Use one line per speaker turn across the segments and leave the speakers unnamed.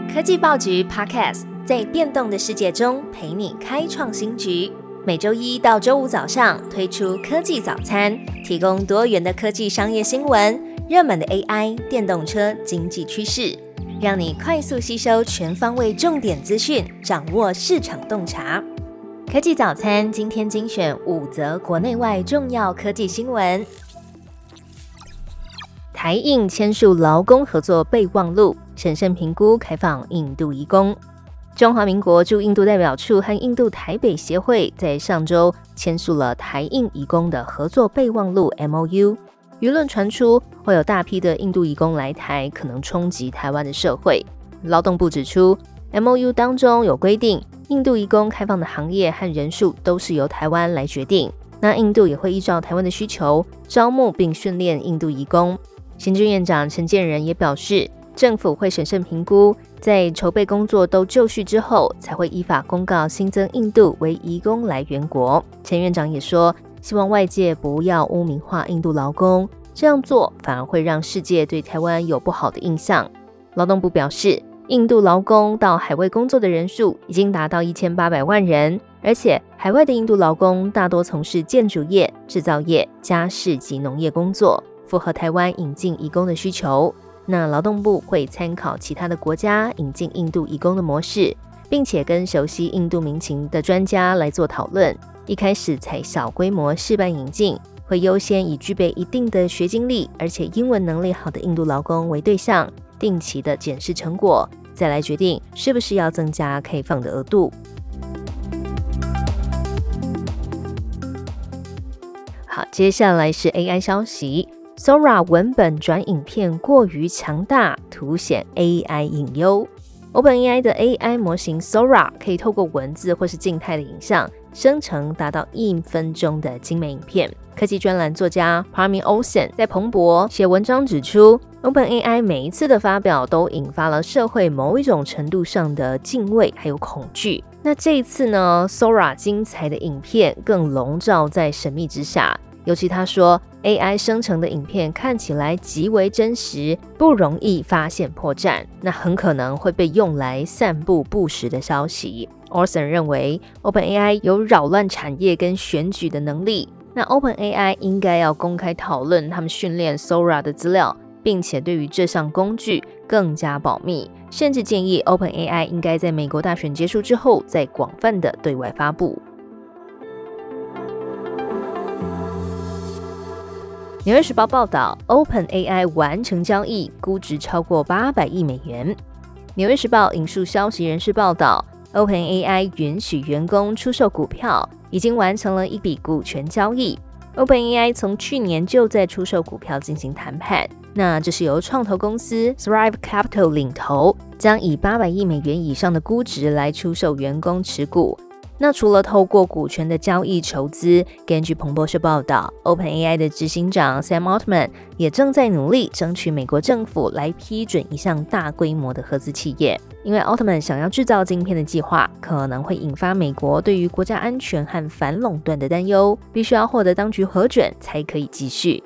科技报局 Podcast 在变动的世界中陪你开创新局。每周一到周五早上推出科技早餐，提供多元的科技商业新闻、热门的 AI、电动车、经济趋势，让你快速吸收全方位重点资讯，掌握市场洞察。科技早餐今天精选5则国内外重要科技新闻。台印签署劳工合作备忘录，审慎评估开放印度移工。中华民国驻印度代表处和印度台北协会在上周签署了台印移工的合作备忘录 MOU。 舆论传出会有大批的印度移工来台，可能冲击台湾的社会。劳动部指出， MOU 当中有规定，印度移工开放的行业和人数都是由台湾来决定，那印度也会依照台湾的需求招募并训练印度移工。行政院长陈建仁也表示，政府会审慎评估，在筹备工作都就绪之后，才会依法公告新增印度为移工来源国。陈院长也说，希望外界不要污名化印度劳工，这样做反而会让世界对台湾有不好的印象。劳动部表示，印度劳工到海外工作的人数已经达到1800万人，而且海外的印度劳工大多从事建筑业、制造业、家事及农业工作，符合台湾引进移工的需求。那劳动部会参考其他的国家引进印度移工的模式，并且跟熟悉印度民情的专家来做讨论。一开始采小规模试办引进，会优先以具备一定的学经历而且英文能力好的印度劳工为对象，定期的检视成果，再来决定是不是要增加开放的额度。好，接下来是 AI 消息。Sora 文本转影片过于强大，凸显 AI 隐忧。OpenAI 的 AI 模型 Sora 可以透过文字或是静态的影像生成达到1分钟的精美影片。科技专栏作家 Parmi Olsen 在彭博写文章指出， OpenAI 每一次的发表都引发了社会某一种程度上的敬畏还有恐惧。那这一次呢， Sora 精彩的影片更笼罩在神秘之下，尤其他说 AI 生成的影片看起来极为真实，不容易发现破绽，那很可能会被用来散布不实的消息。 Olsen 认为 OpenAI 有扰乱产业跟选举的能力，那 OpenAI 应该要公开讨论他们训练 Sora 的资料，并且对于这项工具更加保密，甚至建议 OpenAI 应该在美国大选结束之后再广泛的对外发布。纽约时报报道， OpenAI 完成交易，估值超过800亿美元。纽约时报引述消息人士报道， OpenAI 允许员工出售股票，已经完成了一笔股权交易。 OpenAI 从去年就在出售股票进行谈判，那这是由创投公司 Thrive Capital 领头，将以800亿美元以上的估值来出售员工持股。那除了透过股权的交易筹资，根据彭博社报道， OpenAI 的执行长 Sam Altman 也正在努力争取美国政府来批准一项大规模的合资企业，因为 Altman 想要制造晶片的计划可能会引发美国对于国家安全和反垄断的担忧，必须要获得当局核准才可以继续。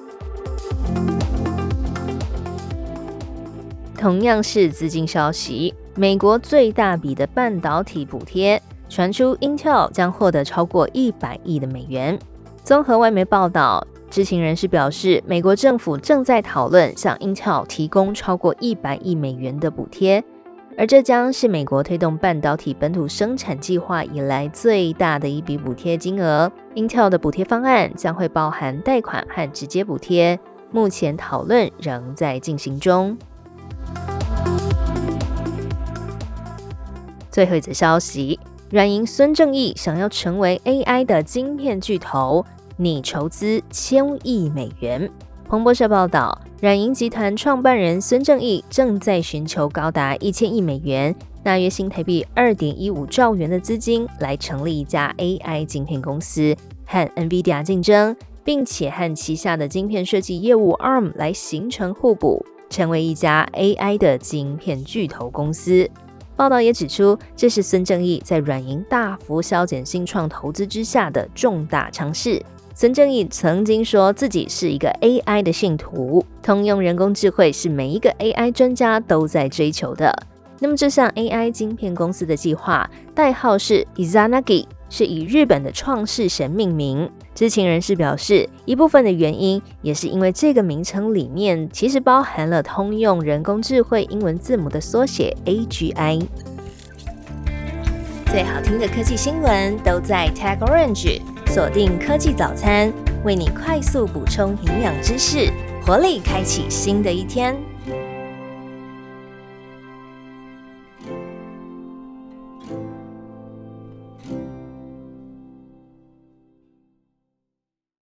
同样是资金消息，美国最大笔的半导体补贴传出 Intel 将获得超过100亿的美元。综合外媒报道，知情人士表示，美国政府正在讨论向 Intel 提供超过100亿美元的补贴，而这将是美国推动半导体本土生产计划以来最大的一笔补贴金额。Intel 的补贴方案将会包含贷款和直接补贴，目前讨论仍在进行中。最后一则消息，软银孙正义想要成为 AI 的晶片巨头，拟筹资1000亿美元。彭博社报道，软银集团创办人孙正义正在寻求高达1000亿美元，大约新台币2.15兆元的资金，来成立一家 AI 晶片公司，和 NVIDIA 竞争，并且和旗下的晶片设计业务 ARM 来形成互补，成为一家 AI 的晶片巨头公司。报道也指出，这是孙正义在软银大幅削减新创投资之下的重大尝试。孙正义曾经说自己是一个 AI 的信徒，通用人工智慧是每一个 AI 专家都在追求的。 那么这项 AI 晶片公司的计划代号是 Izanagi， 是以日本的创世神命名。知情人士表示，一部分的原因也是因为这个名称里面其实包含了通用人工智慧英文字母的缩写 AGI。 最好听的科技新闻都在 Tag Orange， 锁定科技早餐，为你快速补充营养知识，活力开启新的一天。